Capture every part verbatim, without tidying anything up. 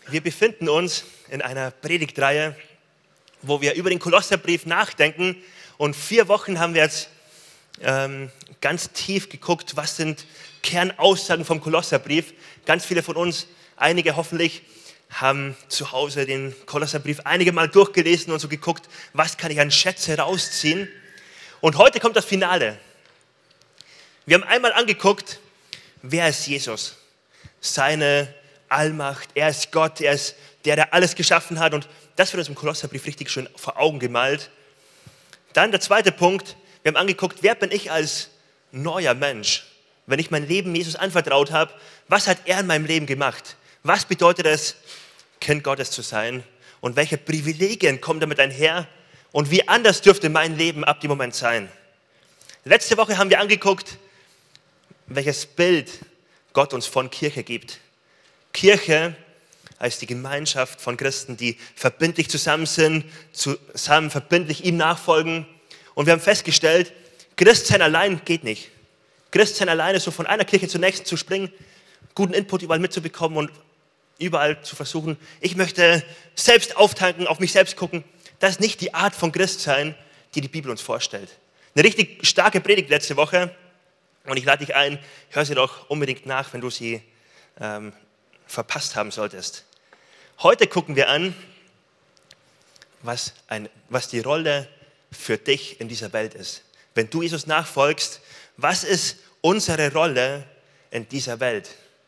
Wir befinden uns in einer Predigtreihe, wo wir über den Kolosserbrief nachdenken. Und vier Wochen haben wir jetzt ähm, ganz tief geguckt, was sind Kernaussagen vom Kolosserbrief. Ganz viele von uns, einige hoffentlich, haben zu Hause den Kolosserbrief einige Mal durchgelesen und so geguckt, was kann ich an Schätze rausziehen. Und heute kommt das Finale. Wir haben einmal angeguckt, wer ist Jesus? Seine Allmacht, er ist Gott, er ist der, der alles geschaffen hat. Und das wird uns im Kolosserbrief richtig schön vor Augen gemalt. Dann der zweite Punkt, wir haben angeguckt, wer bin ich als neuer Mensch? Wenn ich mein Leben Jesus anvertraut habe, was hat er in meinem Leben gemacht? Was bedeutet es, Kind Gottes zu sein? Und welche Privilegien kommen damit einher? Und wie anders dürfte mein Leben ab dem Moment sein? Letzte Woche haben wir angeguckt, welches Bild Gott uns von Kirche gibt. Kirche als die Gemeinschaft von Christen, die verbindlich zusammen sind, zusammen verbindlich ihm nachfolgen. Und wir haben festgestellt, Christsein allein geht nicht. Christsein allein ist so von einer Kirche zur nächsten zu springen, guten Input überall mitzubekommen und überall zu versuchen, ich möchte selbst auftanken, auf mich selbst gucken. Das ist nicht die Art von Christsein, die die Bibel uns vorstellt. Eine richtig starke Predigt letzte Woche und ich lade dich ein, hör sie doch unbedingt nach, wenn du sie ähm, verpasst haben solltest. Heute gucken wir an, was, ein, was die Rolle für dich in dieser Welt ist. Wenn du Jesus nachfolgst, was ist unsere Rolle in dieser Welt?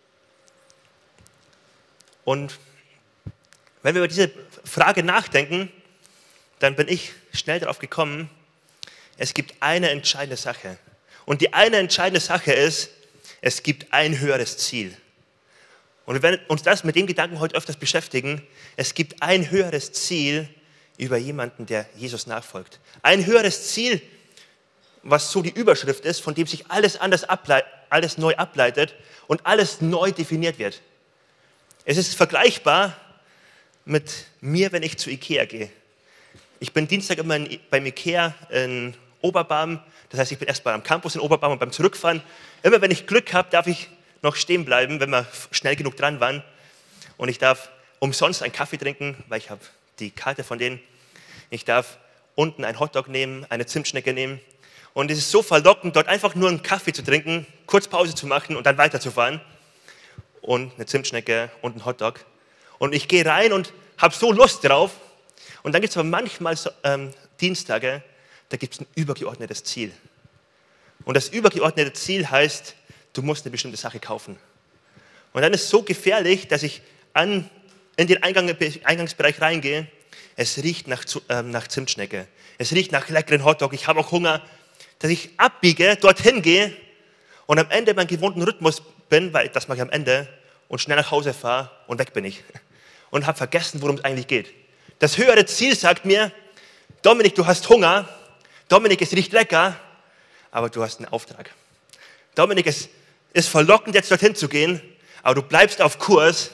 Und wenn wir über diese Frage nachdenken, dann bin ich schnell darauf gekommen, es gibt eine entscheidende Sache. Und die eine entscheidende Sache ist, es gibt ein höheres Ziel. Und wir werden uns das mit dem Gedanken heute öfters beschäftigen. Es gibt ein höheres Ziel über jemanden, der Jesus nachfolgt. Ein höheres Ziel, was so die Überschrift ist, von dem sich alles anders ableitet, alles neu ableitet und alles neu definiert wird. Es ist vergleichbar mit mir, wenn ich zu Ikea gehe. Ich bin Dienstag immer in, beim Ikea in Oberbarm. Das heißt, ich bin erst mal am Campus in Oberbarm und beim Zurückfahren. Immer wenn ich Glück habe, darf ich noch stehen bleiben, wenn wir schnell genug dran waren. Und ich darf umsonst einen Kaffee trinken, weil ich habe die Karte von denen. Ich darf unten einen Hotdog nehmen, eine Zimtschnecke nehmen. Und es ist so verlockend, dort einfach nur einen Kaffee zu trinken, kurz Pause zu machen und dann weiterzufahren. Und eine Zimtschnecke und einen Hotdog. Und ich gehe rein und habe so Lust drauf. Und dann gibt es aber manchmal so, ähm, Dienstage, da gibt es ein übergeordnetes Ziel. Und das übergeordnete Ziel heißt, du musst eine bestimmte Sache kaufen. Und dann ist es so gefährlich, dass ich an, in den Eingang, Eingangsbereich reingehe. Es riecht nach, ähm, nach Zimtschnecke. Es riecht nach leckeren Hotdog. Ich habe auch Hunger. Dass ich abbiege, dorthin gehe und am Ende meinen gewohnten Rhythmus bin, weil das mache ich am Ende, und schnell nach Hause fahre und weg bin ich. Und habe vergessen, worum es eigentlich geht. Das höhere Ziel sagt mir, Dominik, du hast Hunger. Dominik, es riecht lecker, aber du hast einen Auftrag. Dominik, es ist verlockend, jetzt dorthin zu gehen, aber du bleibst auf Kurs,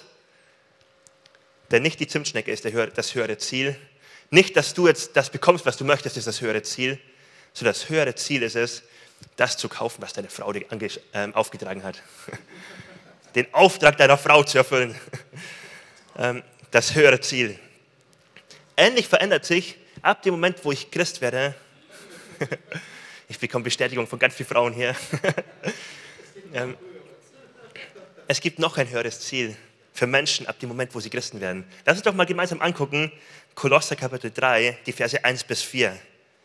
denn nicht die Zimtschnecke ist der höhere, das höhere Ziel. Nicht, dass du jetzt das bekommst, was du möchtest, ist das höhere Ziel. So das höhere Ziel ist es, das zu kaufen, was deine Frau dir ange- äh, aufgetragen hat. Den Auftrag deiner Frau zu erfüllen. ähm, das höhere Ziel. Ähnlich verändert sich ab dem Moment, wo ich Christ werde. Ich bekomme Bestätigung von ganz vielen Frauen hier. ähm, es gibt noch ein höheres Ziel für Menschen ab dem Moment, wo sie Christen werden. Lass uns doch mal gemeinsam angucken, Kolosser Kapitel drei, die Verse eins bis vier.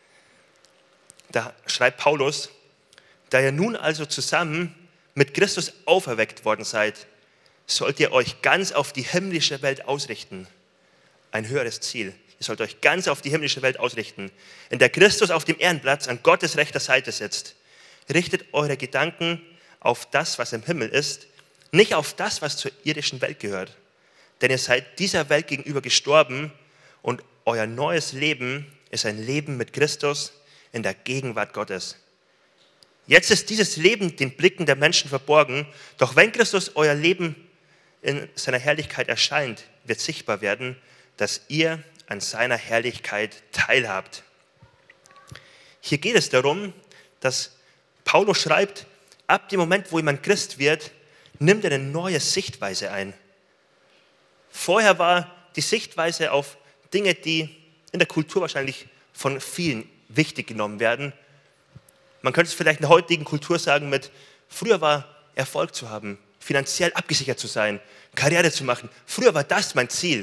Da schreibt Paulus, da ihr nun also zusammen mit Christus auferweckt worden seid, sollt ihr euch ganz auf die himmlische Welt ausrichten. Ein höheres Ziel. Ihr sollt euch ganz auf die himmlische Welt ausrichten, in der Christus auf dem Ehrenplatz an Gottes rechter Seite sitzt. Richtet eure Gedanken auf das, was im Himmel ist, nicht auf das, was zur irdischen Welt gehört. Denn ihr seid dieser Welt gegenüber gestorben und euer neues Leben ist ein Leben mit Christus in der Gegenwart Gottes. Jetzt ist dieses Leben den Blicken der Menschen verborgen, doch wenn Christus euer Leben in seiner Herrlichkeit erscheint, wird sichtbar werden, dass ihr an seiner Herrlichkeit teilhabt. Hier geht es darum, dass Paulus schreibt, ab dem Moment, wo jemand Christ wird, nimmt er eine neue Sichtweise ein. Vorher war die Sichtweise auf Dinge, die in der Kultur wahrscheinlich von vielen wichtig genommen werden. Man könnte es vielleicht in der heutigen Kultur sagen mit, früher war Erfolg zu haben, finanziell abgesichert zu sein, Karriere zu machen. Früher war das mein Ziel.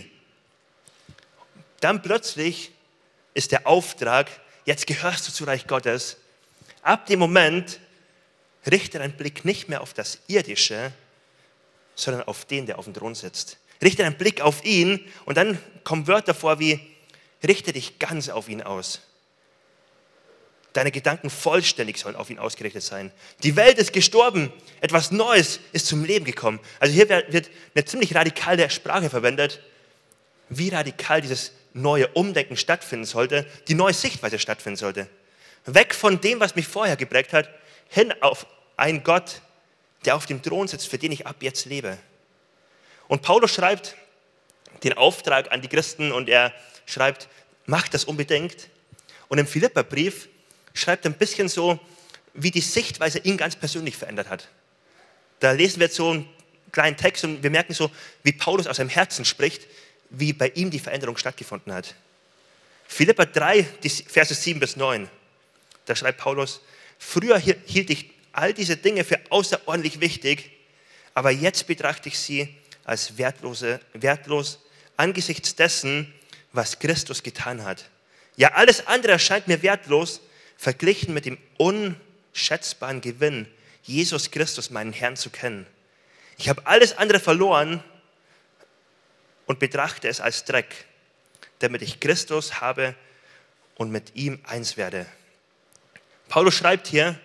Dann plötzlich ist der Auftrag, jetzt gehörst du zu Reich Gottes. Ab dem Moment richte deinen Blick nicht mehr auf das Irdische, sondern auf den, der auf dem Thron sitzt. Richte deinen Blick auf ihn und dann kommen Wörter vor wie, richte dich ganz auf ihn aus. Deine Gedanken vollständig sollen auf ihn ausgerichtet sein. Die Welt ist gestorben, etwas Neues ist zum Leben gekommen. Also hier wird eine ziemlich radikale Sprache verwendet, wie radikal dieses neue Umdenken stattfinden sollte, die neue Sichtweise stattfinden sollte. Weg von dem, was mich vorher geprägt hat, hin auf einen Gott, der auf dem Thron sitzt, für den ich ab jetzt lebe. Und Paulus schreibt den Auftrag an die Christen und er schreibt, macht das unbedingt. Und im Philipperbrief schreibt er ein bisschen so, wie die Sichtweise ihn ganz persönlich verändert hat. Da lesen wir jetzt so einen kleinen Text und wir merken so, wie Paulus aus seinem Herzen spricht, wie bei ihm die Veränderung stattgefunden hat. Philipper drei, die Verse sieben bis neun, da schreibt Paulus, früher hielt ich all diese Dinge für außerordentlich wichtig, aber jetzt betrachte ich sie als wertlose, wertlos angesichts dessen, was Christus getan hat. Ja, alles andere erscheint mir wertlos, verglichen mit dem unschätzbaren Gewinn, Jesus Christus, meinen Herrn, zu kennen. Ich habe alles andere verloren und betrachte es als Dreck, damit ich Christus habe und mit ihm eins werde. Paulus schreibt hier,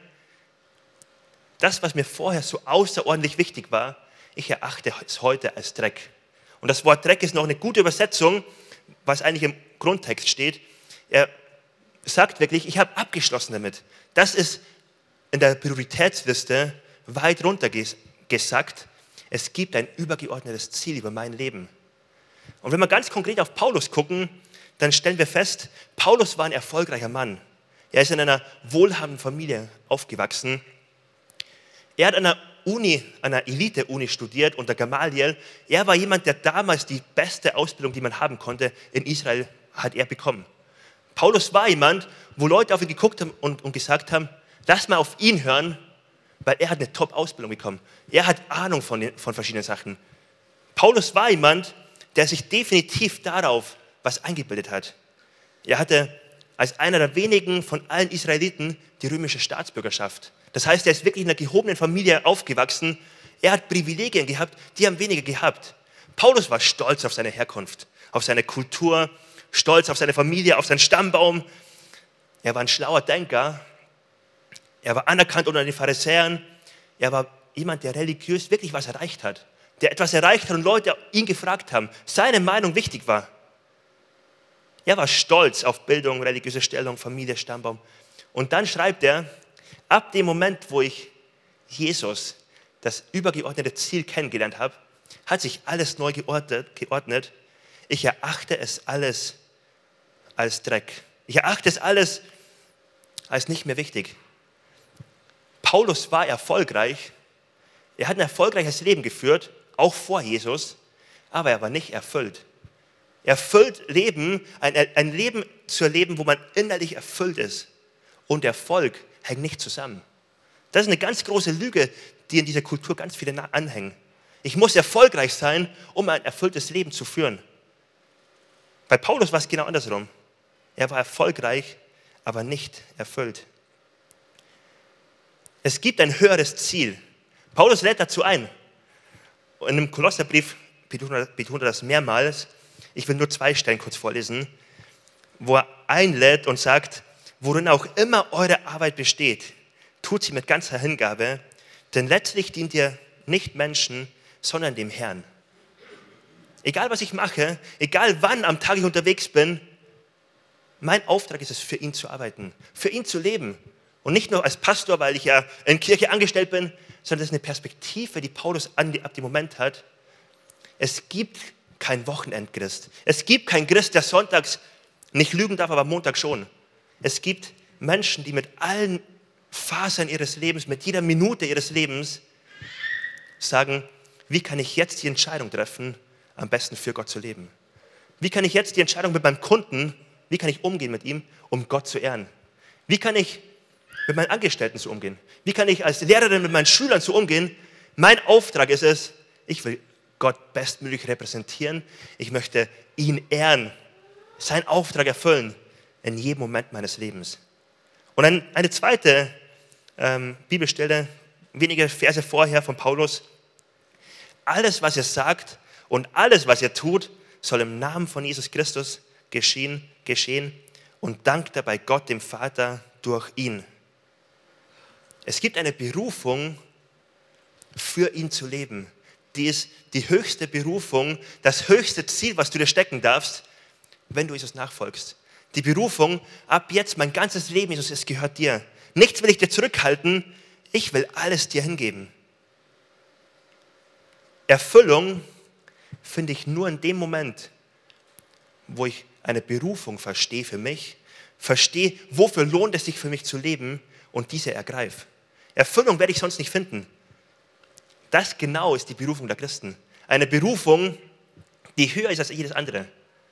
das, was mir vorher so außerordentlich wichtig war, ich erachte es heute als Dreck. Und das Wort Dreck ist noch eine gute Übersetzung, was eigentlich im Grundtext steht. Er sagt wirklich, ich habe abgeschlossen damit. Das ist in der Prioritätsliste weit runter gesagt. Es gibt ein übergeordnetes Ziel über mein Leben. Und wenn wir ganz konkret auf Paulus gucken, dann stellen wir fest, Paulus war ein erfolgreicher Mann. Er ist in einer wohlhabenden Familie aufgewachsen. Er hat an einer Uni, an einer Elite-Uni studiert unter Gamaliel. Er war jemand, der damals die beste Ausbildung, die man haben konnte, in Israel hat er bekommen. Paulus war jemand, wo Leute auf ihn geguckt haben und, und gesagt haben, lass mal auf ihn hören, weil er hat eine Top-Ausbildung bekommen. Er hat Ahnung von, von verschiedenen Sachen. Paulus war jemand, der sich definitiv darauf was eingebildet hat. Er hatte als einer der wenigen von allen Israeliten die römische Staatsbürgerschaft. Das heißt, er ist wirklich in einer gehobenen Familie aufgewachsen. Er hat Privilegien gehabt, die haben wenige gehabt. Paulus war stolz auf seine Herkunft, auf seine Kultur, stolz auf seine Familie, auf seinen Stammbaum. Er war ein schlauer Denker. Er war anerkannt unter den Pharisäern. Er war jemand, der religiös wirklich was erreicht hat. Der etwas erreicht hat und Leute ihn gefragt haben, seine Meinung wichtig war. Er war stolz auf Bildung, religiöse Stellung, Familie, Stammbaum. Und dann schreibt er, ab dem Moment, wo ich Jesus, das übergeordnete Ziel, kennengelernt habe, hat sich alles neu geordnet, geordnet. Ich erachte es alles als Dreck. Ich erachte es alles als nicht mehr wichtig. Paulus war erfolgreich. Er hat ein erfolgreiches Leben geführt, auch vor Jesus, aber er war nicht erfüllt. Erfüllt Leben, ein, ein Leben zu erleben, wo man innerlich erfüllt ist. Und Erfolg hängt nicht zusammen. Das ist eine ganz große Lüge, die in dieser Kultur ganz viele anhängen. Ich muss erfolgreich sein, um ein erfülltes Leben zu führen. Bei Paulus war es genau andersrum. Er war erfolgreich, aber nicht erfüllt. Es gibt ein höheres Ziel. Paulus lädt dazu ein. Und im Kolosserbrief betont er das mehrmals. Ich will nur zwei Stellen kurz vorlesen, wo er einlädt und sagt, worin auch immer eure Arbeit besteht, tut sie mit ganzer Hingabe, denn letztlich dient ihr nicht Menschen, sondern dem Herrn. Egal, was ich mache, egal wann am Tag ich unterwegs bin, mein Auftrag ist es, für ihn zu arbeiten, für ihn zu leben. Und nicht nur als Pastor, weil ich ja in Kirche angestellt bin, sondern das ist eine Perspektive, die Paulus ab dem Moment hat. Es gibt kein Wochenendchrist. Es gibt keinen Christ, der sonntags nicht lügen darf, aber Montag schon. Es gibt Menschen, die mit allen Fasern ihres Lebens, mit jeder Minute ihres Lebens sagen, wie kann ich jetzt die Entscheidung treffen, am besten für Gott zu leben? Wie kann ich jetzt die Entscheidung mit meinem Kunden, wie kann ich umgehen mit ihm, um Gott zu ehren? Wie kann ich mit meinen Angestellten so umgehen? Wie kann ich als Lehrerin mit meinen Schülern so umgehen? Mein Auftrag ist es, ich will Gott bestmöglich repräsentieren. Ich möchte ihn ehren, seinen Auftrag erfüllen in jedem Moment meines Lebens. Und dann eine zweite ähm, Bibelstelle, wenige Verse vorher von Paulus. Alles, was ihr sagt und alles, was ihr tut, soll im Namen von Jesus Christus geschehen, geschehen und dankt dabei Gott, dem Vater, durch ihn. Es gibt eine Berufung, für ihn zu leben. Die ist die höchste Berufung, das höchste Ziel, was du dir stecken darfst, wenn du Jesus nachfolgst. Die Berufung, ab jetzt mein ganzes Leben, Jesus, es gehört dir. Nichts will ich dir zurückhalten, ich will alles dir hingeben. Erfüllung finde ich nur in dem Moment, wo ich eine Berufung verstehe für mich, verstehe, wofür lohnt es sich für mich zu leben und diese ergreife. Erfüllung werde ich sonst nicht finden. Das genau ist die Berufung der Christen. Eine Berufung, die höher ist als jedes andere.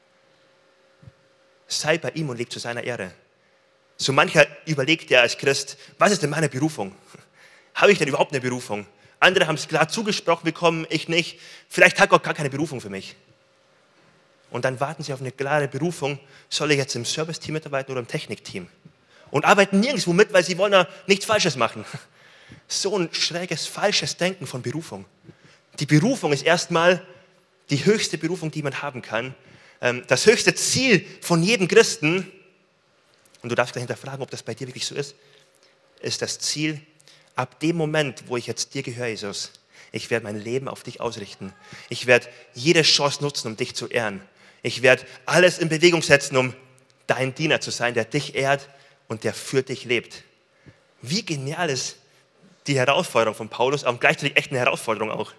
Sei bei ihm und lebe zu seiner Ehre. So mancher überlegt ja als Christ, was ist denn meine Berufung? Habe ich denn überhaupt eine Berufung? Andere haben es klar zugesprochen bekommen, ich nicht. Vielleicht hat Gott gar keine Berufung für mich. Und dann warten sie auf eine klare Berufung, soll ich jetzt im Serviceteam mitarbeiten oder im Technikteam? Und arbeiten nirgendwo mit, weil sie wollen ja nichts Falsches machen. So ein schräges, falsches Denken von Berufung. Die Berufung ist erstmal die höchste Berufung, die man haben kann. Das höchste Ziel von jedem Christen, und du darfst dahinter fragen, ob das bei dir wirklich so ist, ist das Ziel, ab dem Moment, wo ich jetzt dir gehöre, Jesus, ich werde mein Leben auf dich ausrichten. Ich werde jede Chance nutzen, um dich zu ehren. Ich werde alles in Bewegung setzen, um dein Diener zu sein, der dich ehrt und der für dich lebt. Wie genial ist die Herausforderung von Paulus, aber gleichzeitig echt eine Herausforderung auch.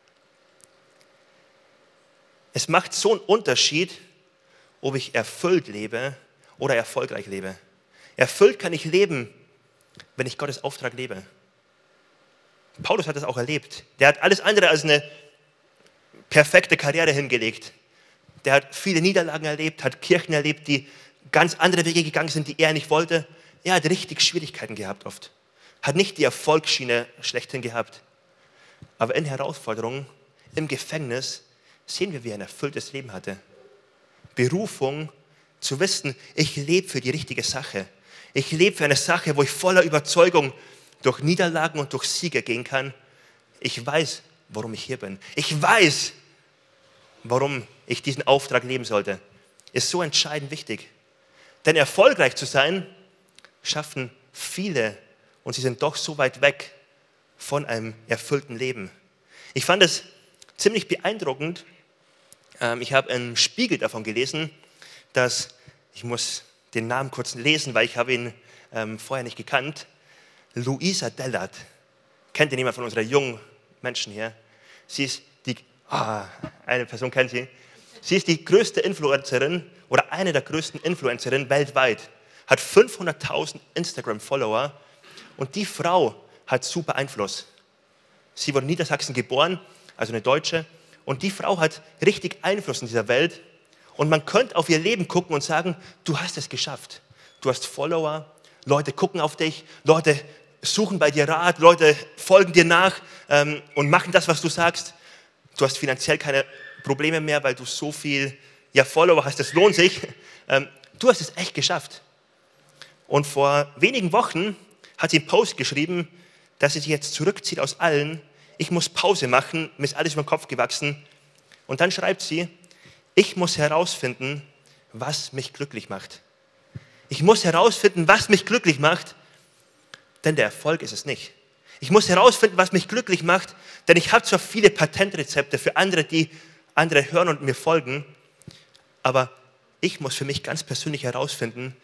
Es macht so einen Unterschied, ob ich erfüllt lebe oder erfolgreich lebe. Erfüllt kann ich leben, wenn ich Gottes Auftrag lebe. Paulus hat das auch erlebt. Der hat alles andere als eine perfekte Karriere hingelegt. Der hat viele Niederlagen erlebt, hat Kirchen erlebt, die ganz andere Wege gegangen sind, die er nicht wollte. Er hat richtig Schwierigkeiten gehabt oft. Hat nicht die Erfolgsschiene schlechthin gehabt. Aber in Herausforderungen, im Gefängnis, sehen wir, wie er ein erfülltes Leben hatte. Berufung, zu wissen, ich lebe für die richtige Sache. Ich lebe für eine Sache, wo ich voller Überzeugung durch Niederlagen und durch Siege gehen kann. Ich weiß, warum ich hier bin. Ich weiß, warum ich diesen Auftrag leben sollte. Ist so entscheidend wichtig. Denn erfolgreich zu sein, schaffen viele und sie sind doch so weit weg von einem erfüllten Leben. Ich fand es ziemlich beeindruckend. Ich habe im Spiegel davon gelesen, dass, ich muss den Namen kurz lesen, weil ich habe ihn ähm, vorher nicht gekannt, Luisa Dellert. Kennt ihr jemand von unseren jungen Menschen hier? Sie ist die, ah, eine Person kennt sie. Sie ist die größte Influencerin oder eine der größten Influencerinnen weltweit. Hat fünfhunderttausend Instagram-Follower und die Frau hat super Einfluss. Sie wurde in Niedersachsen geboren, also eine Deutsche, und die Frau hat richtig Einfluss in dieser Welt. Und man könnte auf ihr Leben gucken und sagen, du hast es geschafft. Du hast Follower, Leute gucken auf dich, Leute suchen bei dir Rat, Leute folgen dir nach ähm, und machen das, was du sagst. Du hast finanziell keine Probleme mehr, weil du so viel ja, Follower hast, das lohnt sich. Ähm, du hast es echt geschafft. Und vor wenigen Wochen hat sie einen Post geschrieben, dass sie sich jetzt zurückzieht aus allen. Ich muss Pause machen, mir ist alles über den Kopf gewachsen. Und dann schreibt sie, ich muss herausfinden, was mich glücklich macht. Ich muss herausfinden, was mich glücklich macht, denn der Erfolg ist es nicht. Ich muss herausfinden, was mich glücklich macht, denn ich habe zwar viele Patentrezepte für andere, die andere hören und mir folgen, aber ich muss für mich ganz persönlich herausfinden,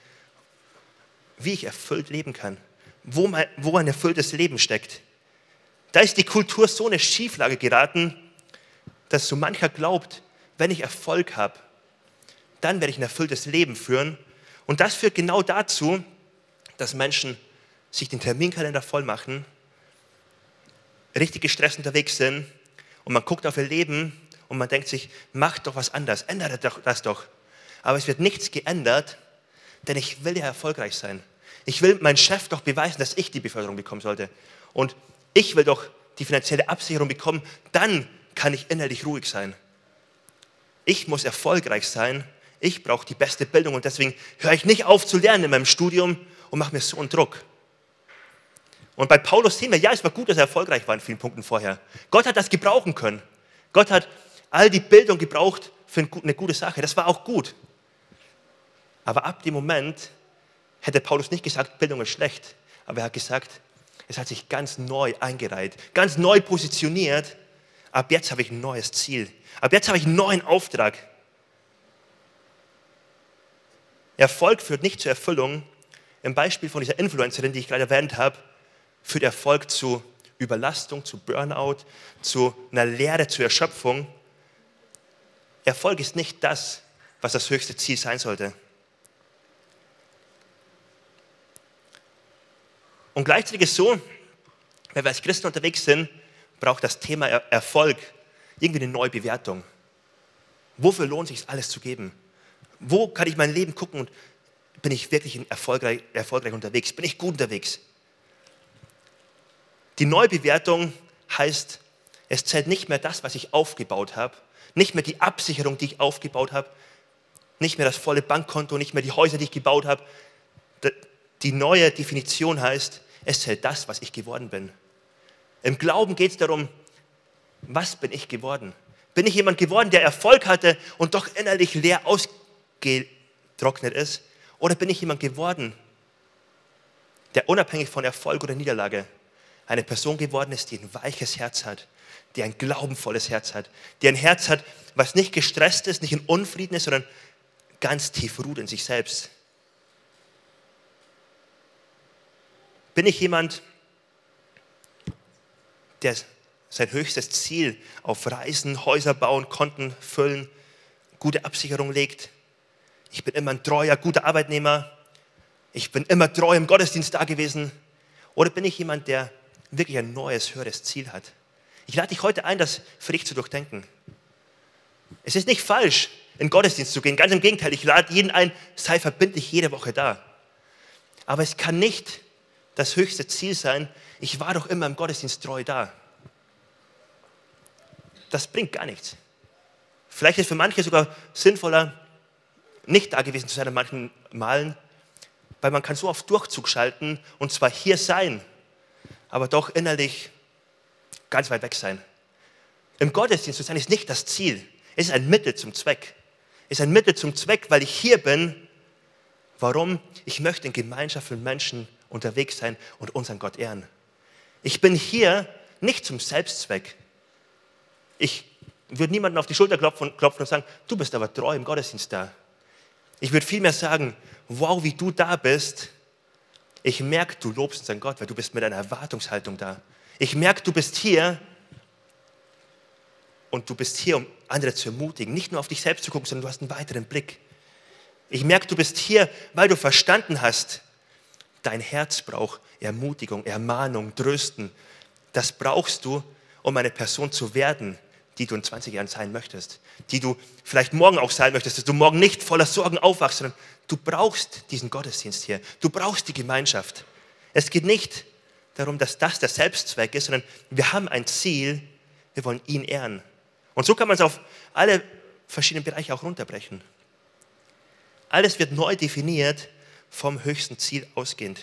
wie ich erfüllt leben kann, wo, mein, wo ein erfülltes Leben steckt. Da ist die Kultur so eine Schieflage geraten, dass so mancher glaubt, wenn ich Erfolg habe, dann werde ich ein erfülltes Leben führen. Und das führt genau dazu, dass Menschen sich den Terminkalender voll machen, richtig gestresst unterwegs sind und man guckt auf ihr Leben und man denkt sich, mach doch was anderes, ändere doch das doch. Aber es wird nichts geändert, denn ich will ja erfolgreich sein. Ich will meinem Chef doch beweisen, dass ich die Beförderung bekommen sollte. Und ich will doch die finanzielle Absicherung bekommen, dann kann ich innerlich ruhig sein. Ich muss erfolgreich sein, ich brauche die beste Bildung und deswegen höre ich nicht auf zu lernen in meinem Studium und mache mir so einen Druck. Und bei Paulus sehen wir, ja, es war gut, dass er erfolgreich war in vielen Punkten vorher. Gott hat das gebrauchen können. Gott hat all die Bildung gebraucht für eine gute Sache. Das war auch gut. Aber ab dem Moment hätte Paulus nicht gesagt, Bildung ist schlecht. Aber er hat gesagt, es hat sich ganz neu eingereiht, ganz neu positioniert. Ab jetzt habe ich ein neues Ziel. Ab jetzt habe ich einen neuen Auftrag. Erfolg führt nicht zur Erfüllung. Im Beispiel von dieser Influencerin, die ich gerade erwähnt habe, führt Erfolg zu Überlastung, zu Burnout, zu einer Leere, zu Erschöpfung. Erfolg ist nicht das, was das höchste Ziel sein sollte. Und gleichzeitig ist es so, wenn wir als Christen unterwegs sind, braucht das Thema Erfolg irgendwie eine neue Bewertung. Wofür lohnt es sich, alles zu geben? Wo kann ich mein Leben gucken und bin ich wirklich erfolgreich, erfolgreich unterwegs? Bin ich gut unterwegs? Die Neubewertung heißt, es zählt nicht mehr das, was ich aufgebaut habe, nicht mehr die Absicherung, die ich aufgebaut habe, nicht mehr das volle Bankkonto, nicht mehr die Häuser, die ich gebaut habe. Die neue Definition heißt, es zählt das, was ich geworden bin. Im Glauben geht es darum, was bin ich geworden? Bin ich jemand geworden, der Erfolg hatte und doch innerlich leer ausgetrocknet ist? Oder bin ich jemand geworden, der unabhängig von Erfolg oder Niederlage eine Person geworden ist, die ein weiches Herz hat, die ein glaubenvolles Herz hat, die ein Herz hat, was nicht gestresst ist, nicht in Unfrieden ist, sondern ganz tief ruht in sich selbst? Bin ich jemand, der sein höchstes Ziel auf Reisen, Häuser bauen, Konten füllen, gute Absicherung legt? Ich bin immer ein treuer, guter Arbeitnehmer. Ich bin immer treu im Gottesdienst da gewesen. Oder bin ich jemand, der wirklich ein neues, höheres Ziel hat? Ich lade dich heute ein, das für dich zu durchdenken. Es ist nicht falsch, in den Gottesdienst zu gehen. Ganz im Gegenteil, ich lade jeden ein, sei verbindlich jede Woche da. Aber es kann nicht das höchste Ziel sein, ich war doch immer im Gottesdienst treu da. Das bringt gar nichts. Vielleicht ist für manche sogar sinnvoller, nicht da gewesen zu sein an manchen Malen, weil man kann so auf Durchzug schalten und zwar hier sein, aber doch innerlich ganz weit weg sein. Im Gottesdienst zu sein ist nicht das Ziel, es ist ein Mittel zum Zweck. Es ist ein Mittel zum Zweck, weil ich hier bin. Warum? Ich möchte in Gemeinschaft mit Menschen unterwegs sein und unseren Gott ehren. Ich bin hier nicht zum Selbstzweck. Ich würde niemanden auf die Schulter klopfen, klopfen und sagen, du bist aber treu im Gottesdienst da. Ich würde vielmehr sagen, wow, wie du da bist. Ich merke, du lobst unseren Gott, weil du bist mit einer Erwartungshaltung da. Ich merke, du bist hier und du bist hier, um andere zu ermutigen. Nicht nur auf dich selbst zu gucken, sondern du hast einen weiteren Blick. Ich merke, du bist hier, weil du verstanden hast, dein Herz braucht Ermutigung, Ermahnung, Trösten. Das brauchst du, um eine Person zu werden, die du in zwanzig Jahren sein möchtest. Die du vielleicht morgen auch sein möchtest, dass du morgen nicht voller Sorgen aufwachst, sondern du brauchst diesen Gottesdienst hier. Du brauchst die Gemeinschaft. Es geht nicht darum, dass das der Selbstzweck ist, sondern wir haben ein Ziel, wir wollen ihn ehren. Und so kann man es auf alle verschiedenen Bereiche auch runterbrechen. Alles wird neu definiert, vom höchsten Ziel ausgehend.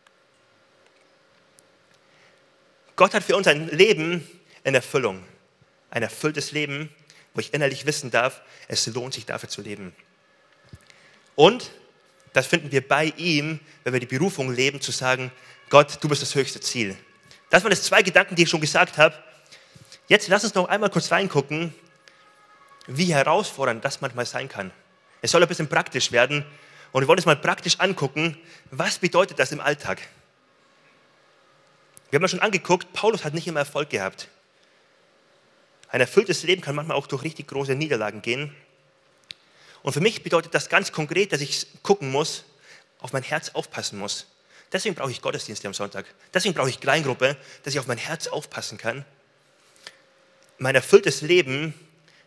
Gott hat für uns ein Leben in Erfüllung. Ein erfülltes Leben, wo ich innerlich wissen darf, es lohnt sich dafür zu leben. Und das finden wir bei ihm, wenn wir die Berufung leben, zu sagen, Gott, du bist das höchste Ziel. Das waren jetzt zwei Gedanken, die ich schon gesagt habe. Jetzt lass uns noch einmal kurz reingucken, wie herausfordernd das manchmal sein kann. Es soll ein bisschen praktisch werden. Und wir wollen uns mal praktisch angucken, was bedeutet das im Alltag? Wir haben ja schon angeguckt, Paulus hat nicht immer Erfolg gehabt. Ein erfülltes Leben kann manchmal auch durch richtig große Niederlagen gehen. Und für mich bedeutet das ganz konkret, dass ich gucken muss, auf mein Herz aufpassen muss. Deswegen brauche ich Gottesdienste am Sonntag. Deswegen brauche ich Kleingruppe, dass ich auf mein Herz aufpassen kann. Mein erfülltes Leben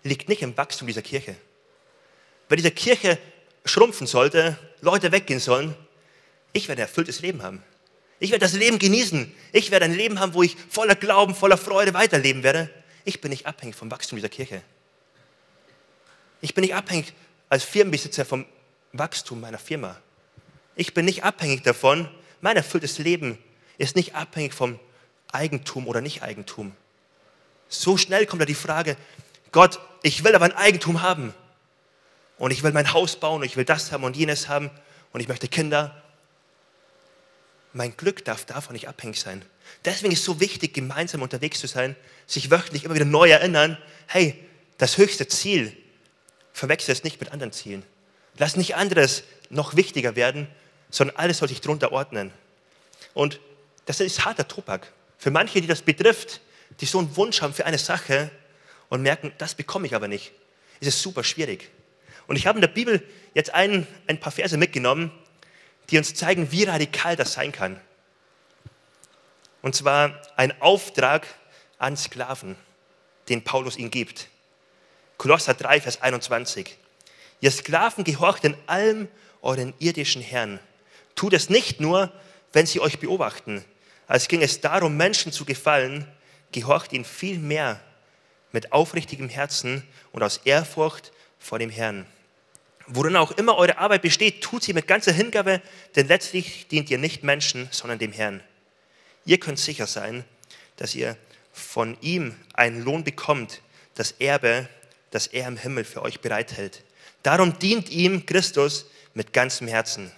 liegt nicht im Wachstum dieser Kirche. Wenn diese Kirche schrumpfen sollte, Leute weggehen sollen, ich werde ein erfülltes Leben haben. Ich werde das Leben genießen. Ich werde ein Leben haben, wo ich voller Glauben, voller Freude weiterleben werde. Ich bin nicht abhängig vom Wachstum dieser Kirche. Ich bin nicht abhängig als Firmenbesitzer vom Wachstum meiner Firma. Ich bin nicht abhängig davon. Mein erfülltes Leben ist nicht abhängig vom Eigentum oder Nicht-Eigentum. So schnell kommt da die Frage, Gott, ich will aber ein Eigentum haben. Und ich will mein Haus bauen und ich will das haben und jenes haben und ich möchte Kinder. Mein Glück darf davon nicht abhängig sein. Deswegen ist es so wichtig, gemeinsam unterwegs zu sein, sich wöchentlich immer wieder neu erinnern, hey, das höchste Ziel, verwechsel es nicht mit anderen Zielen. Lass nicht anderes noch wichtiger werden, sondern alles soll sich drunter ordnen. Und das ist harter Tobak. Für manche, die das betrifft, die so einen Wunsch haben für eine Sache und merken, das bekomme ich aber nicht, ist es super schwierig. Und ich habe in der Bibel jetzt ein, ein paar Verse mitgenommen, die uns zeigen, wie radikal das sein kann. Und zwar ein Auftrag an Sklaven, den Paulus ihnen gibt. Kolosser drei, Vers einundzwanzig. Ihr Sklaven, gehorcht in allem euren irdischen Herrn. Tut es nicht nur, wenn sie euch beobachten. Als ging es darum, Menschen zu gefallen, gehorcht ihnen viel mehr mit aufrichtigem Herzen und aus Ehrfurcht vor dem Herrn. Worin auch immer eure Arbeit besteht, tut sie mit ganzer Hingabe, denn letztlich dient ihr nicht Menschen, sondern dem Herrn. Ihr könnt sicher sein, dass ihr von ihm einen Lohn bekommt, das Erbe, das er im Himmel für euch bereithält. Darum dient ihm Christus mit ganzem Herzen.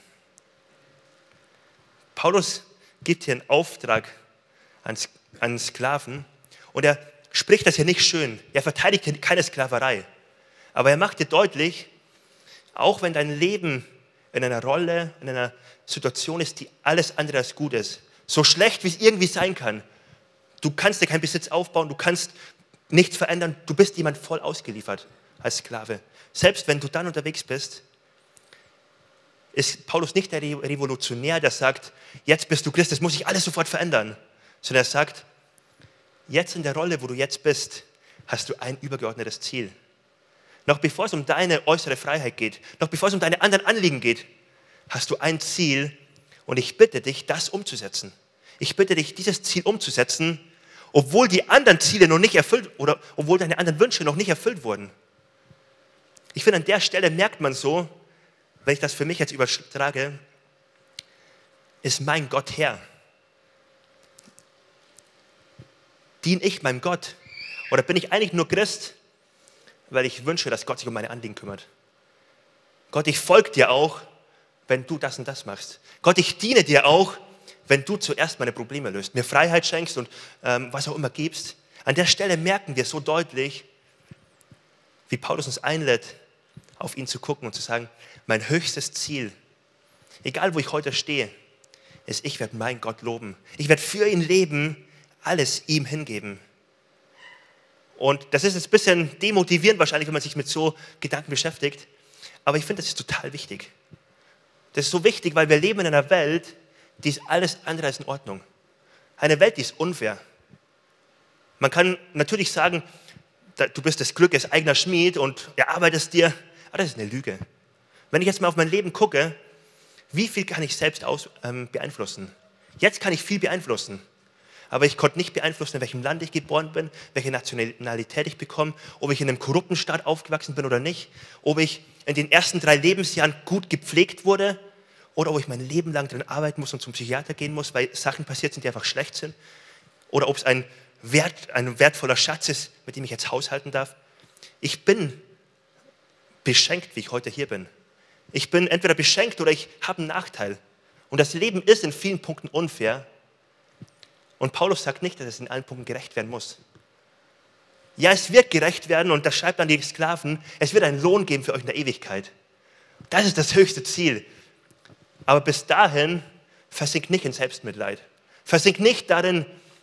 Paulus gibt hier einen Auftrag an, an Sklaven und er spricht das hier nicht schön. Er verteidigt hier keine Sklaverei. Aber er macht dir deutlich, auch wenn dein Leben in einer Rolle, in einer Situation ist, die alles andere als gut ist, so schlecht wie es irgendwie sein kann, du kannst dir keinen Besitz aufbauen, du kannst nichts verändern, du bist jemand voll ausgeliefert als Sklave. Selbst wenn du dann unterwegs bist, ist Paulus nicht der Revolutionär, der sagt, jetzt bist du Christ, das muss sich alles sofort verändern, sondern er sagt, jetzt in der Rolle, wo du jetzt bist, hast du ein übergeordnetes Ziel. Noch bevor es um deine äußere Freiheit geht, noch bevor es um deine anderen Anliegen geht, hast du ein Ziel und ich bitte dich, das umzusetzen. Ich bitte dich, dieses Ziel umzusetzen, obwohl die anderen Ziele noch nicht erfüllt oder obwohl deine anderen Wünsche noch nicht erfüllt wurden. Ich finde, an der Stelle merkt man so, wenn ich das für mich jetzt übertrage, ist mein Gott Herr. Diene ich meinem Gott? Oder bin ich eigentlich nur Christ, weil ich wünsche, dass Gott sich um meine Anliegen kümmert? Gott, ich folge dir auch, wenn du das und das machst. Gott, ich diene dir auch, wenn du zuerst meine Probleme löst, mir Freiheit schenkst und ähm, was auch immer gibst. An der Stelle merken wir so deutlich, wie Paulus uns einlädt, auf ihn zu gucken und zu sagen, mein höchstes Ziel, egal wo ich heute stehe, ist, ich werde meinen Gott loben. Ich werde für ihn leben, alles ihm hingeben. Und das ist jetzt ein bisschen demotivierend wahrscheinlich, wenn man sich mit so Gedanken beschäftigt. Aber ich finde, das ist total wichtig. Das ist so wichtig, weil wir leben in einer Welt, die ist alles andere als in Ordnung. Eine Welt, die ist unfair. Man kann natürlich sagen, du bist des Glückes eigener Schmied und erarbeitest dir, aber das ist eine Lüge. Wenn ich jetzt mal auf mein Leben gucke, wie viel kann ich selbst aus, ähm, beeinflussen? Jetzt kann ich viel beeinflussen. Aber ich konnte nicht beeinflussen, in welchem Land ich geboren bin, welche Nationalität ich bekomme, ob ich in einem korrupten Staat aufgewachsen bin oder nicht, ob ich in den ersten drei Lebensjahren gut gepflegt wurde oder ob ich mein Leben lang drin arbeiten muss und zum Psychiater gehen muss, weil Sachen passiert sind, die einfach schlecht sind, oder ob es ein, Wert, ein wertvoller Schatz ist, mit dem ich jetzt haushalten darf. Ich bin beschenkt, wie ich heute hier bin. Ich bin entweder beschenkt oder ich habe einen Nachteil. Und das Leben ist in vielen Punkten unfair. Und Paulus sagt nicht, dass es in allen Punkten gerecht werden muss. Ja, es wird gerecht werden und das schreibt an die Sklaven, es wird einen Lohn geben für euch in der Ewigkeit. Das ist das höchste Ziel. Aber bis dahin versink nicht in Selbstmitleid. Versink nicht darin,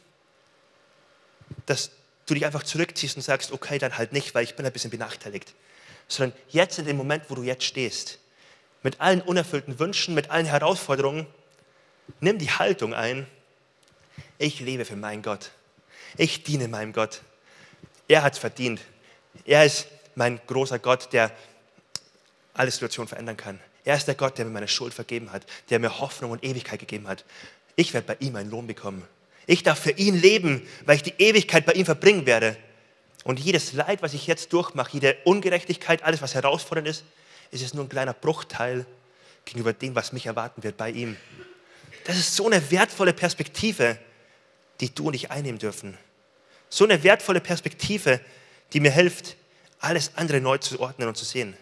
dass du dich einfach zurückziehst und sagst, okay, dann halt nicht, weil ich bin ein bisschen benachteiligt. Sondern jetzt in dem Moment, wo du jetzt stehst, mit allen unerfüllten Wünschen, mit allen Herausforderungen, nimm die Haltung ein, ich lebe für meinen Gott. Ich diene meinem Gott. Er hat es verdient. Er ist mein großer Gott, der alle Situationen verändern kann. Er ist der Gott, der mir meine Schuld vergeben hat, der mir Hoffnung und Ewigkeit gegeben hat. Ich werde bei ihm einen Lohn bekommen. Ich darf für ihn leben, weil ich die Ewigkeit bei ihm verbringen werde. Und jedes Leid, was ich jetzt durchmache, jede Ungerechtigkeit, alles, was herausfordernd ist, ist es nur ein kleiner Bruchteil gegenüber dem, was mich erwarten wird bei ihm. Das ist so eine wertvolle Perspektive, die du und ich einnehmen dürfen. So eine wertvolle Perspektive, die mir hilft, alles andere neu zu ordnen und zu sehen.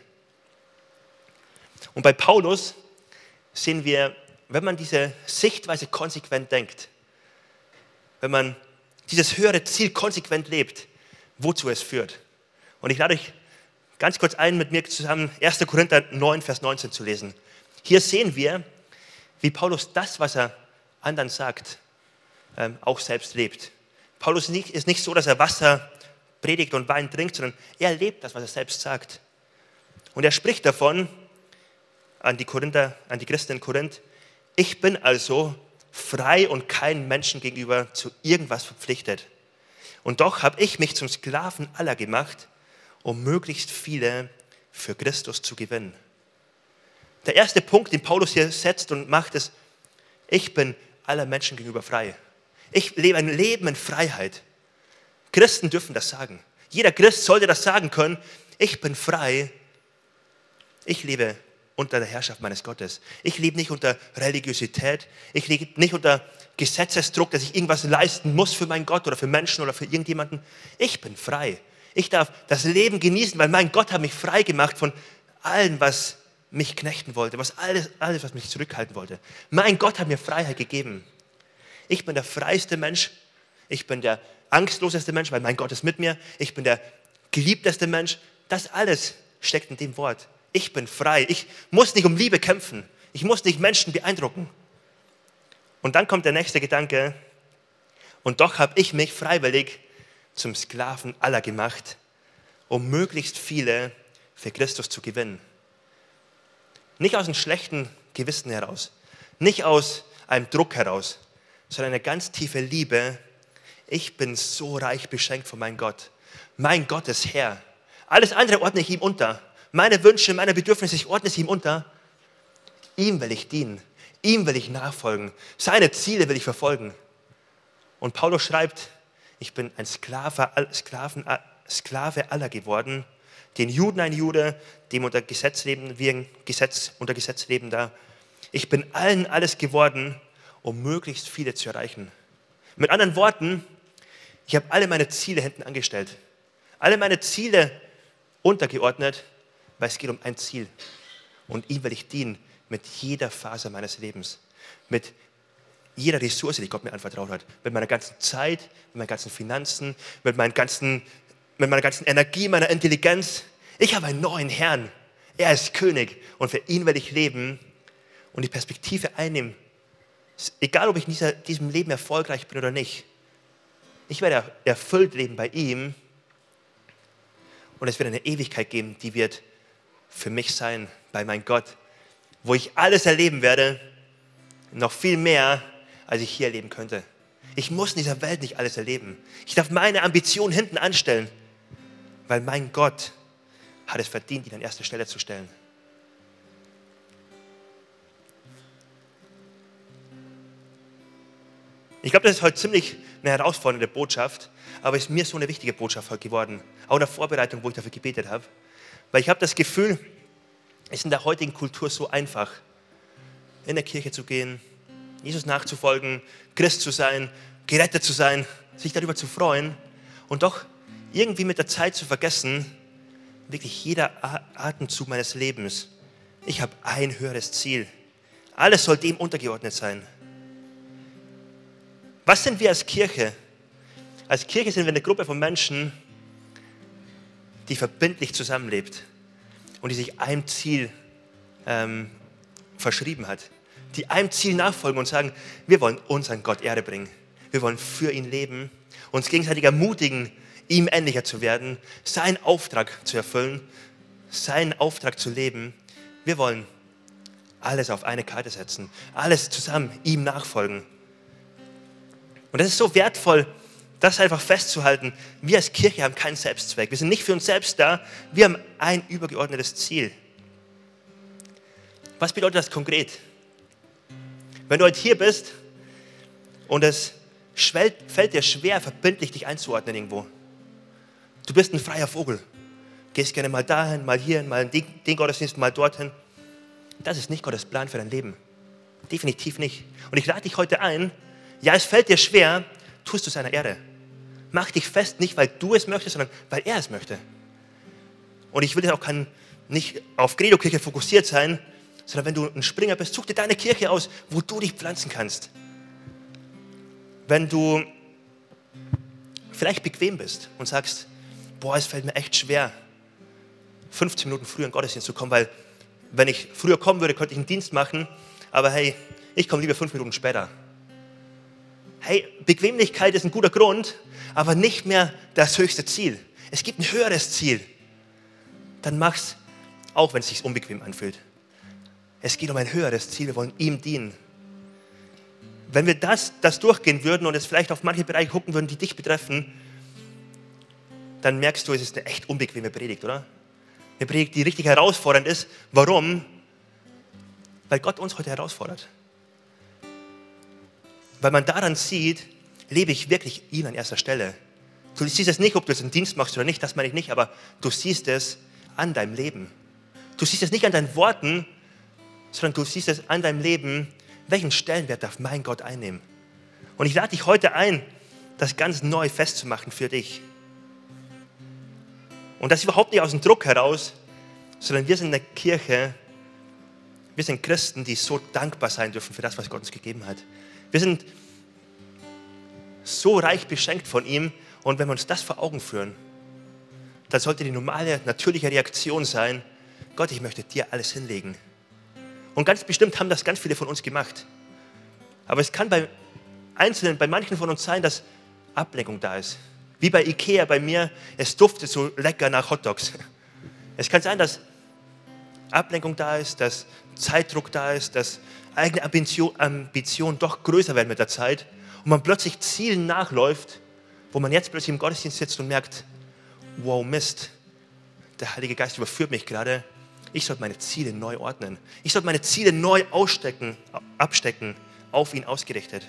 Und bei Paulus sehen wir, wenn man diese Sichtweise konsequent denkt, wenn man dieses höhere Ziel konsequent lebt, wozu es führt. Und ich lade euch ganz kurz ein, mit mir zusammen erster Korinther neun, Vers neunzehn zu lesen. Hier sehen wir, wie Paulus das, was er anderen sagt, ähm, auch selbst lebt. Paulus ist nicht so, dass er Wasser predigt und Wein trinkt, sondern er lebt das, was er selbst sagt. Und er spricht davon an die Korinther, an die Christen in Korinth: Ich bin also frei und keinem Menschen gegenüber zu irgendwas verpflichtet. Und doch habe ich mich zum Sklaven aller gemacht, um möglichst viele für Christus zu gewinnen. Der erste Punkt, den Paulus hier setzt und macht, ist: Ich bin aller Menschen gegenüber frei. Ich lebe ein Leben in Freiheit. Christen dürfen das sagen. Jeder Christ sollte das sagen können: Ich bin frei. Ich lebe unter der Herrschaft meines Gottes. Ich lebe nicht unter Religiosität. Ich lebe nicht unter Gesetzesdruck, dass ich irgendwas leisten muss für meinen Gott oder für Menschen oder für irgendjemanden. Ich bin frei. Ich darf das Leben genießen, weil mein Gott hat mich frei gemacht von allem, was mich knechten wollte, was alles, alles, was mich zurückhalten wollte. Mein Gott hat mir Freiheit gegeben. Ich bin der freiste Mensch. Ich bin der angstloseste Mensch, weil mein Gott ist mit mir. Ich bin der geliebteste Mensch. Das alles steckt in dem Wort. Ich bin frei. Ich muss nicht um Liebe kämpfen. Ich muss nicht Menschen beeindrucken. Und dann kommt der nächste Gedanke: Und doch habe ich mich freiwillig zum Sklaven aller gemacht, um möglichst viele für Christus zu gewinnen. Nicht aus einem schlechten Gewissen heraus, nicht aus einem Druck heraus, sondern eine ganz tiefe Liebe. Ich bin so reich beschenkt von meinem Gott. Mein Gott ist Herr. Alles andere ordne ich ihm unter. Meine Wünsche, meine Bedürfnisse, ich ordne es ihm unter. Ihm will ich dienen. Ihm will ich nachfolgen. Seine Ziele will ich verfolgen. Und Paulus schreibt: Ich bin ein Sklave, Sklaven, Sklave aller geworden. Den Juden ein Jude, dem unter Gesetz leben, wie ein Gesetz, unter Gesetz lebender. Ich bin allen alles geworden, um möglichst viele zu erreichen. Mit anderen Worten, ich habe alle meine Ziele hinten angestellt. Alle meine Ziele untergeordnet, weil es geht um ein Ziel. Und ihm will ich dienen mit jeder Phase meines Lebens. Mit jeder Ressource, die Gott mir anvertraut hat. Mit meiner ganzen Zeit, mit meinen ganzen Finanzen, mit, meinen ganzen, mit meiner ganzen Energie, meiner Intelligenz. Ich habe einen neuen Herrn. Er ist König. Und für ihn will ich leben und die Perspektive einnehmen. Egal, ob ich in dieser, diesem Leben erfolgreich bin oder nicht. Ich werde erfüllt leben bei ihm. Und es wird eine Ewigkeit geben, die wird für mich sein, bei meinem Gott, wo ich alles erleben werde, noch viel mehr, als ich hier erleben könnte. Ich muss in dieser Welt nicht alles erleben. Ich darf meine Ambitionen hinten anstellen, weil mein Gott hat es verdient, ihn an erste Stelle zu stellen. Ich glaube, das ist heute ziemlich eine herausfordernde Botschaft, aber es ist mir so eine wichtige Botschaft heute geworden. Auch in der Vorbereitung, wo ich dafür gebetet habe. Weil ich habe das Gefühl, es ist in der heutigen Kultur so einfach, in der Kirche zu gehen, Jesus nachzufolgen, Christ zu sein, gerettet zu sein, sich darüber zu freuen und doch irgendwie mit der Zeit zu vergessen, wirklich jeder Atemzug meines Lebens, ich habe ein höheres Ziel. Alles soll dem untergeordnet sein. Was sind wir als Kirche? Als Kirche sind wir eine Gruppe von Menschen, die verbindlich zusammenlebt und die sich einem Ziel ähm, verschrieben hat. Die einem Ziel nachfolgen und sagen, wir wollen unseren Gott Ehre bringen. Wir wollen für ihn leben, uns gegenseitig ermutigen, ihm ähnlicher zu werden, seinen Auftrag zu erfüllen, seinen Auftrag zu leben. Wir wollen alles auf eine Karte setzen, alles zusammen ihm nachfolgen. Und das ist so wertvoll, das einfach festzuhalten, wir als Kirche haben keinen Selbstzweck. Wir sind nicht für uns selbst da, wir haben ein übergeordnetes Ziel. Was bedeutet das konkret? Wenn du heute hier bist und es fällt dir schwer, verbindlich dich einzuordnen irgendwo. Du bist ein freier Vogel. Gehst gerne mal dahin, mal hierhin, mal in den Gottesdienst, mal dorthin. Das ist nicht Gottes Plan für dein Leben. Definitiv nicht. Und ich lade dich heute ein, ja, es fällt dir schwer, tust du seiner Ehre. Mach dich fest, nicht weil du es möchtest, sondern weil er es möchte. Und ich will jetzt auch kein, nicht auf Credo-Kirche fokussiert sein, sondern wenn du ein Springer bist, such dir deine Kirche aus, wo du dich pflanzen kannst. Wenn du vielleicht bequem bist und sagst, boah, es fällt mir echt schwer, fünfzehn Minuten früher in den Gottesdienst zu kommen, weil wenn ich früher kommen würde, könnte ich einen Dienst machen, aber hey, ich komme lieber fünf Minuten später. Hey, Bequemlichkeit ist ein guter Grund, aber nicht mehr das höchste Ziel. Es gibt ein höheres Ziel. Dann mach's, auch wenn es sich unbequem anfühlt. Es geht um ein höheres Ziel, wir wollen ihm dienen. Wenn wir das, das durchgehen würden und es vielleicht auf manche Bereiche gucken würden, die dich betreffen, dann merkst du, es ist eine echt unbequeme Predigt, oder? Eine Predigt, die richtig herausfordernd ist. Warum? Weil Gott uns heute herausfordert. Weil man daran sieht, lebe ich wirklich ihn an erster Stelle. Du siehst es nicht, ob du jetzt einen Dienst machst oder nicht, das meine ich nicht, aber du siehst es an deinem Leben. Du siehst es nicht an deinen Worten, sondern du siehst es an deinem Leben, welchen Stellenwert darf mein Gott einnehmen. Und ich lade dich heute ein, das ganz neu festzumachen für dich. Und das überhaupt nicht aus dem Druck heraus, sondern wir sind eine Kirche, wir sind Christen, die so dankbar sein dürfen für das, was Gott uns gegeben hat. Wir sind so reich beschenkt von ihm und wenn wir uns das vor Augen führen, dann sollte die normale, natürliche Reaktion sein, Gott, ich möchte dir alles hinlegen. Und ganz bestimmt haben das ganz viele von uns gemacht. Aber es kann bei Einzelnen, bei manchen von uns sein, dass Ablenkung da ist. Wie bei Ikea bei mir, es duftet so lecker nach Hotdogs. Es kann sein, dass Ablenkung da ist, dass Zeitdruck da ist, dass eigene Ambition, Ambition doch größer werden mit der Zeit und man plötzlich Zielen nachläuft, wo man jetzt plötzlich im Gottesdienst sitzt und merkt, wow, Mist, der Heilige Geist überführt mich gerade. Ich sollte meine Ziele neu ordnen. Ich sollte meine Ziele neu ausstecken, abstecken, auf ihn ausgerichtet.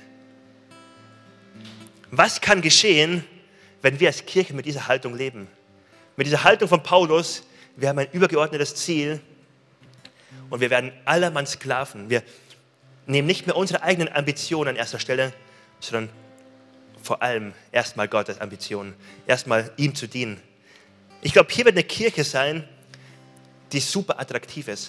Was kann geschehen, wenn wir als Kirche mit dieser Haltung leben? Mit dieser Haltung von Paulus, wir haben ein übergeordnetes Ziel und wir werden allermann Sklaven. Wir nehmen nicht mehr unsere eigenen Ambitionen an erster Stelle, sondern vor allem erstmal Gottes Ambitionen, erstmal ihm zu dienen. Ich glaube, hier wird eine Kirche sein, die super attraktiv ist.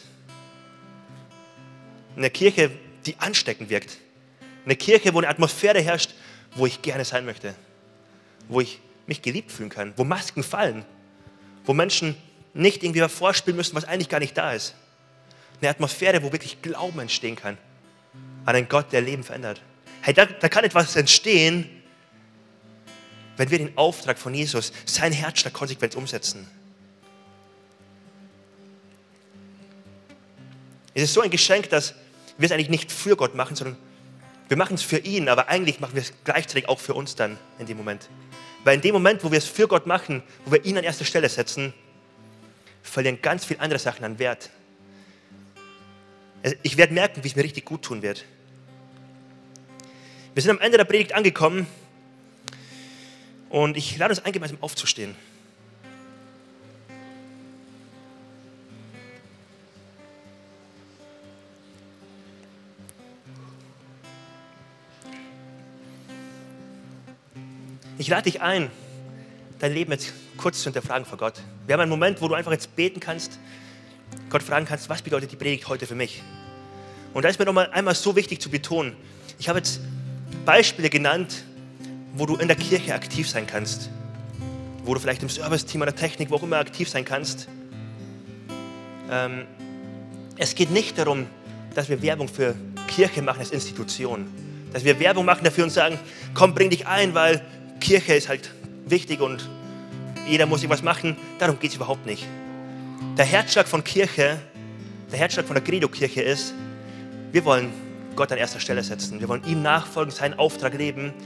Eine Kirche, die ansteckend wirkt. Eine Kirche, wo eine Atmosphäre herrscht, wo ich gerne sein möchte. Wo ich mich geliebt fühlen kann. Wo Masken fallen. Wo Menschen nicht irgendwie vorspielen müssen, was eigentlich gar nicht da ist. Eine Atmosphäre, wo wirklich Glauben entstehen kann. An einen Gott, der Leben verändert. Hey, da, da kann etwas entstehen, wenn wir den Auftrag von Jesus, sein Herzschlag konsequent umsetzen. Es ist so ein Geschenk, dass wir es eigentlich nicht für Gott machen, sondern wir machen es für ihn, aber eigentlich machen wir es gleichzeitig auch für uns dann in dem Moment. Weil in dem Moment, wo wir es für Gott machen, wo wir ihn an erste Stelle setzen, verlieren ganz viele andere Sachen an Wert. Ich werde merken, wie es mir richtig gut tun wird. Wir sind am Ende der Predigt angekommen und ich lade uns ein, gemeinsam aufzustehen. Ich lade dich ein, dein Leben jetzt kurz zu hinterfragen vor Gott. Wir haben einen Moment, wo du einfach jetzt beten kannst, Gott fragen kannst, was bedeutet die Predigt heute für mich? Und da ist mir noch mal einmal so wichtig zu betonen, ich habe jetzt Beispiele genannt, wo du in der Kirche aktiv sein kannst, wo du vielleicht im Service-Team oder Technik, wo auch immer aktiv sein kannst. Ähm, es geht nicht darum, dass wir Werbung für Kirche machen als Institution, dass wir Werbung machen dafür und sagen, komm, bring dich ein, weil Kirche ist halt wichtig und jeder muss sich was machen. Darum geht es überhaupt nicht. Der Herzschlag von Kirche, der Herzschlag von der Credo-Kirche ist, wir wollen Gott an erster Stelle setzen. Wir wollen ihm nachfolgen, seinen Auftrag leben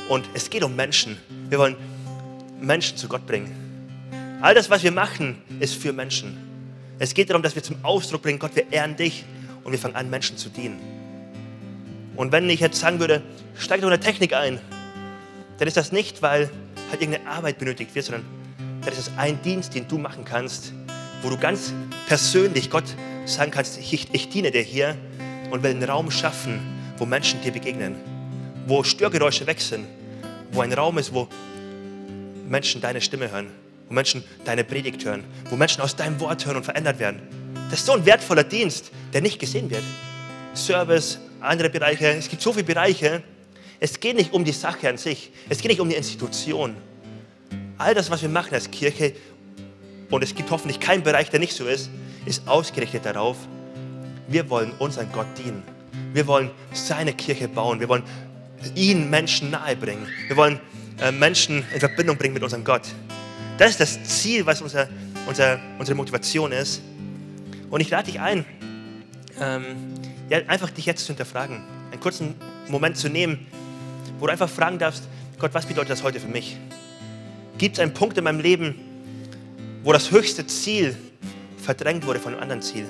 Und es geht um Menschen. Wir wollen Menschen zu Gott bringen. All das, was wir machen, ist für Menschen. Es geht darum, dass wir zum Ausdruck bringen, Gott, wir ehren dich und wir fangen an, Menschen zu dienen. Und wenn ich jetzt sagen würde, steig doch in der Technik ein, dann ist das nicht, weil halt irgendeine Arbeit benötigt wird, sondern dann ist das ein Dienst, den du machen kannst, wo du ganz persönlich Gott sagen kannst, ich, ich diene dir hier und will einen Raum schaffen, wo Menschen dir begegnen, wo Störgeräusche weg sind, wo ein Raum ist, wo Menschen deine Stimme hören, wo Menschen deine Predigt hören, wo Menschen aus deinem Wort hören und verändert werden. Das ist so ein wertvoller Dienst, der nicht gesehen wird. Service, andere Bereiche, es gibt so viele Bereiche. Es geht nicht um die Sache an sich, es geht nicht um die Institution. All das, was wir machen als Kirche, und es gibt hoffentlich keinen Bereich, der nicht so ist, ist ausgerichtet darauf, wir wollen unseren Gott dienen. Wir wollen seine Kirche bauen. Wir wollen ihn Menschen nahebringen. Wir wollen äh, Menschen in Verbindung bringen mit unserem Gott. Das ist das Ziel, was unser, unser, unsere Motivation ist. Und ich lade dich ein, ähm, ja, einfach dich jetzt zu hinterfragen. Einen kurzen Moment zu nehmen, wo du einfach fragen darfst, Gott, was bedeutet das heute für mich? Gibt es einen Punkt in meinem Leben, wo das höchste Ziel verdrängt wurde von einem anderen Ziel?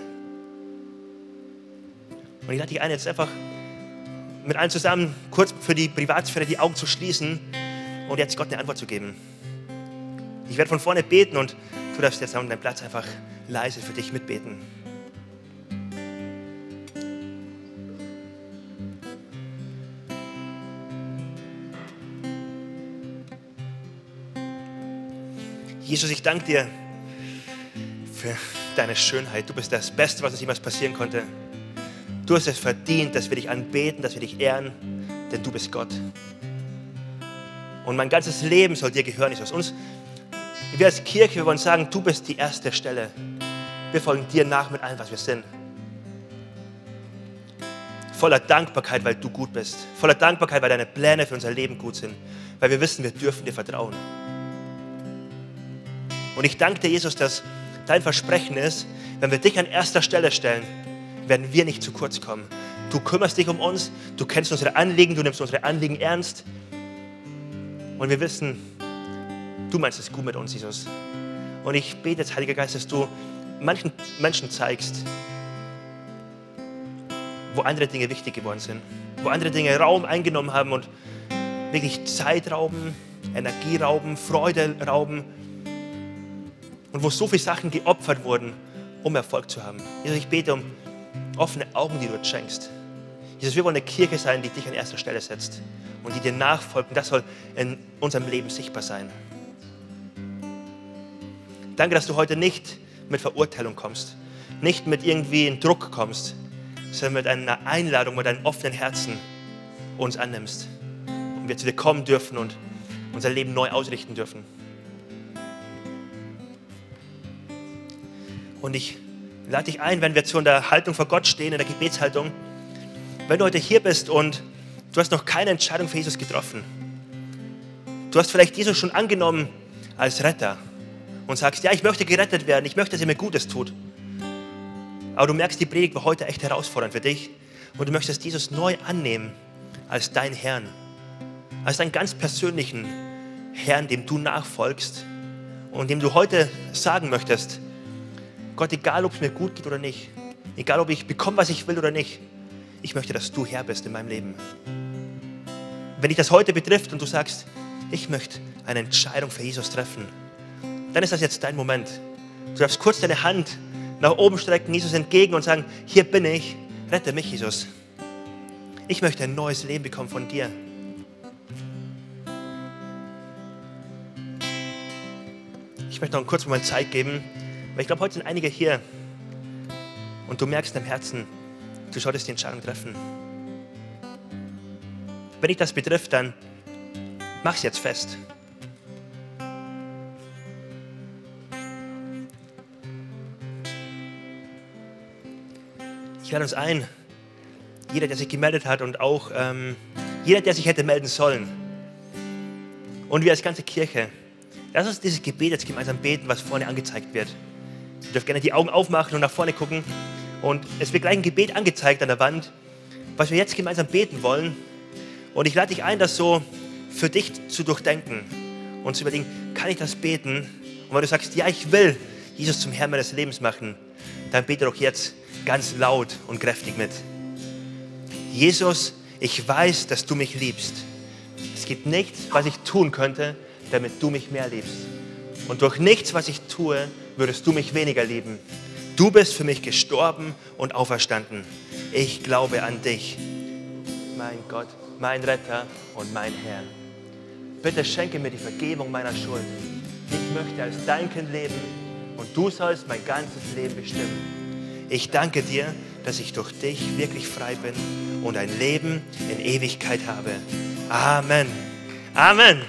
Und ich lade dich ein, jetzt einfach mit allen zusammen kurz für die Privatsphäre die Augen zu schließen und jetzt Gott eine Antwort zu geben. Ich werde von vorne beten und du darfst jetzt an deinem Platz einfach leise für dich mitbeten. Jesus, ich danke dir für deine Schönheit. Du bist das Beste, was uns jemals passieren konnte. Du hast es verdient, dass wir dich anbeten, dass wir dich ehren, denn du bist Gott. Und mein ganzes Leben soll dir gehören, Jesus. Uns, wir als Kirche, wir wollen sagen, du bist die erste Stelle. Wir folgen dir nach mit allem, was wir sind. Voller Dankbarkeit, weil du gut bist. Voller Dankbarkeit, weil deine Pläne für unser Leben gut sind. Weil wir wissen, wir dürfen dir vertrauen. Und ich danke dir, Jesus, dass dein Versprechen ist, wenn wir dich an erster Stelle stellen, werden wir nicht zu kurz kommen. Du kümmerst dich um uns, du kennst unsere Anliegen, du nimmst unsere Anliegen ernst. Und wir wissen, du meinst es gut mit uns, Jesus. Und ich bete jetzt, Heiliger Geist, dass du manchen Menschen zeigst, wo andere Dinge wichtig geworden sind, wo andere Dinge Raum eingenommen haben und wirklich Zeit rauben, Energie rauben, Freude rauben. Und wo so viele Sachen geopfert wurden, um Erfolg zu haben. Jesus, ich bete um offene Augen, die du uns schenkst. Jesus, wir wollen eine Kirche sein, die dich an erster Stelle setzt und die dir nachfolgt. Und das soll in unserem Leben sichtbar sein. Danke, dass du heute nicht mit Verurteilung kommst, nicht mit irgendwie in Druck kommst, sondern mit einer Einladung, mit einem offenen Herzen uns annimmst. Und wir zu dir kommen dürfen und unser Leben neu ausrichten dürfen. Und ich lade dich ein, wenn wir zu der Haltung vor Gott stehen, in der Gebetshaltung, wenn du heute hier bist und du hast noch keine Entscheidung für Jesus getroffen. Du hast vielleicht Jesus schon angenommen als Retter und sagst, ja, ich möchte gerettet werden, ich möchte, dass er mir Gutes tut. Aber du merkst, die Predigt war heute echt herausfordernd für dich und du möchtest Jesus neu annehmen als dein Herrn, als deinen ganz persönlichen Herrn, dem du nachfolgst und dem du heute sagen möchtest, Gott, egal ob es mir gut geht oder nicht, egal ob ich bekomme, was ich will oder nicht, ich möchte, dass du Herr bist in meinem Leben. Wenn dich das heute betrifft und du sagst, ich möchte eine Entscheidung für Jesus treffen, dann ist das jetzt dein Moment. Du darfst kurz deine Hand nach oben strecken, Jesus entgegen und sagen, hier bin ich, rette mich, Jesus. Ich möchte ein neues Leben bekommen von dir. Ich möchte noch einen kurzen Moment Zeit geben, weil ich glaube, heute sind einige hier und du merkst im Herzen, du solltest die Entscheidung treffen. Wenn dich das betrifft, dann mach es jetzt fest. Ich lade uns ein, jeder, der sich gemeldet hat und auch ähm, jeder, der sich hätte melden sollen. Und wir als ganze Kirche, lass uns dieses Gebet jetzt gemeinsam beten, was vorne angezeigt wird. Ihr dürft gerne die Augen aufmachen und nach vorne gucken. Und es wird gleich ein Gebet angezeigt an der Wand, was wir jetzt gemeinsam beten wollen. Und ich lade dich ein, das so für dich zu durchdenken und zu überlegen, kann ich das beten? Und wenn du sagst, ja, ich will Jesus zum Herrn meines Lebens machen, dann bete doch jetzt ganz laut und kräftig mit. Jesus, ich weiß, dass du mich liebst. Es gibt nichts, was ich tun könnte, damit du mich mehr liebst. Und durch nichts, was ich tue, würdest du mich weniger lieben. Du bist für mich gestorben und auferstanden. Ich glaube an dich, mein Gott, mein Retter und mein Herr. Bitte schenke mir die Vergebung meiner Schuld. Ich möchte als dein Kind leben und du sollst mein ganzes Leben bestimmen. Ich danke dir, dass ich durch dich wirklich frei bin und ein Leben in Ewigkeit habe. Amen. Amen.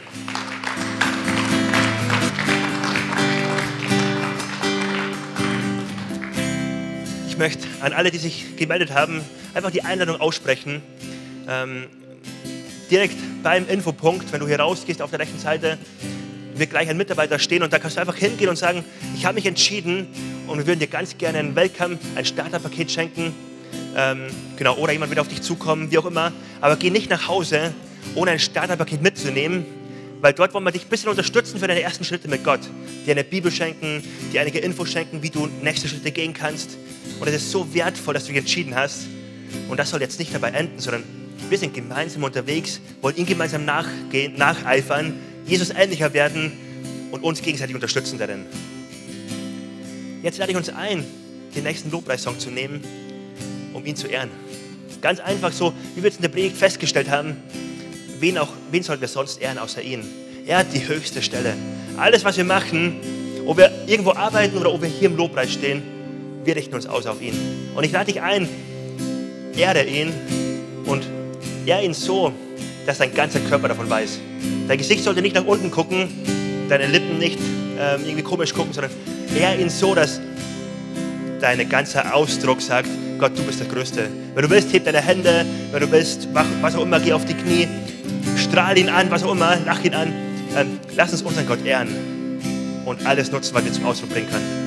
Ich möchte an alle, die sich gemeldet haben, einfach die Einladung aussprechen. Ähm, direkt beim Infopunkt, wenn du hier rausgehst auf der rechten Seite, wird gleich ein Mitarbeiter stehen und da kannst du einfach hingehen und sagen, ich habe mich entschieden und wir würden dir ganz gerne ein Welcome, ein Starterpaket schenken. Ähm, genau, oder jemand wird auf dich zukommen, wie auch immer. Aber geh nicht nach Hause, ohne ein Starterpaket mitzunehmen, weil dort wollen wir dich ein bisschen unterstützen für deine ersten Schritte mit Gott. Dir eine Bibel schenken, dir einige Infos schenken, wie du nächste Schritte gehen kannst. Und es ist so wertvoll, dass du dich entschieden hast. Und das soll jetzt nicht dabei enden, sondern wir sind gemeinsam unterwegs, wollen ihm gemeinsam nachgehen, nacheifern, Jesus ähnlicher werden und uns gegenseitig unterstützen darin. Jetzt lade ich uns ein, den nächsten Lobpreissong zu nehmen, um ihn zu ehren. Ganz einfach so, wie wir es in der Predigt festgestellt haben, wen, auch, wen sollten wir sonst ehren außer ihn? Er hat die höchste Stelle. Alles, was wir machen, ob wir irgendwo arbeiten oder ob wir hier im Lobpreis stehen, wir richten uns aus auf ihn. Und ich lade dich ein, ehre ihn und ehre ihn so, dass dein ganzer Körper davon weiß. Dein Gesicht sollte nicht nach unten gucken, deine Lippen nicht ähm, irgendwie komisch gucken, sondern ehre ihn so, dass dein ganzer Ausdruck sagt, Gott, du bist der Größte. Wenn du willst, heb deine Hände, wenn du willst, mach was auch immer, geh auf die Knie, strahl ihn an, was auch immer, lach ihn an. Ähm, lass uns unseren Gott ehren und alles nutzen, was wir zum Ausdruck bringen können.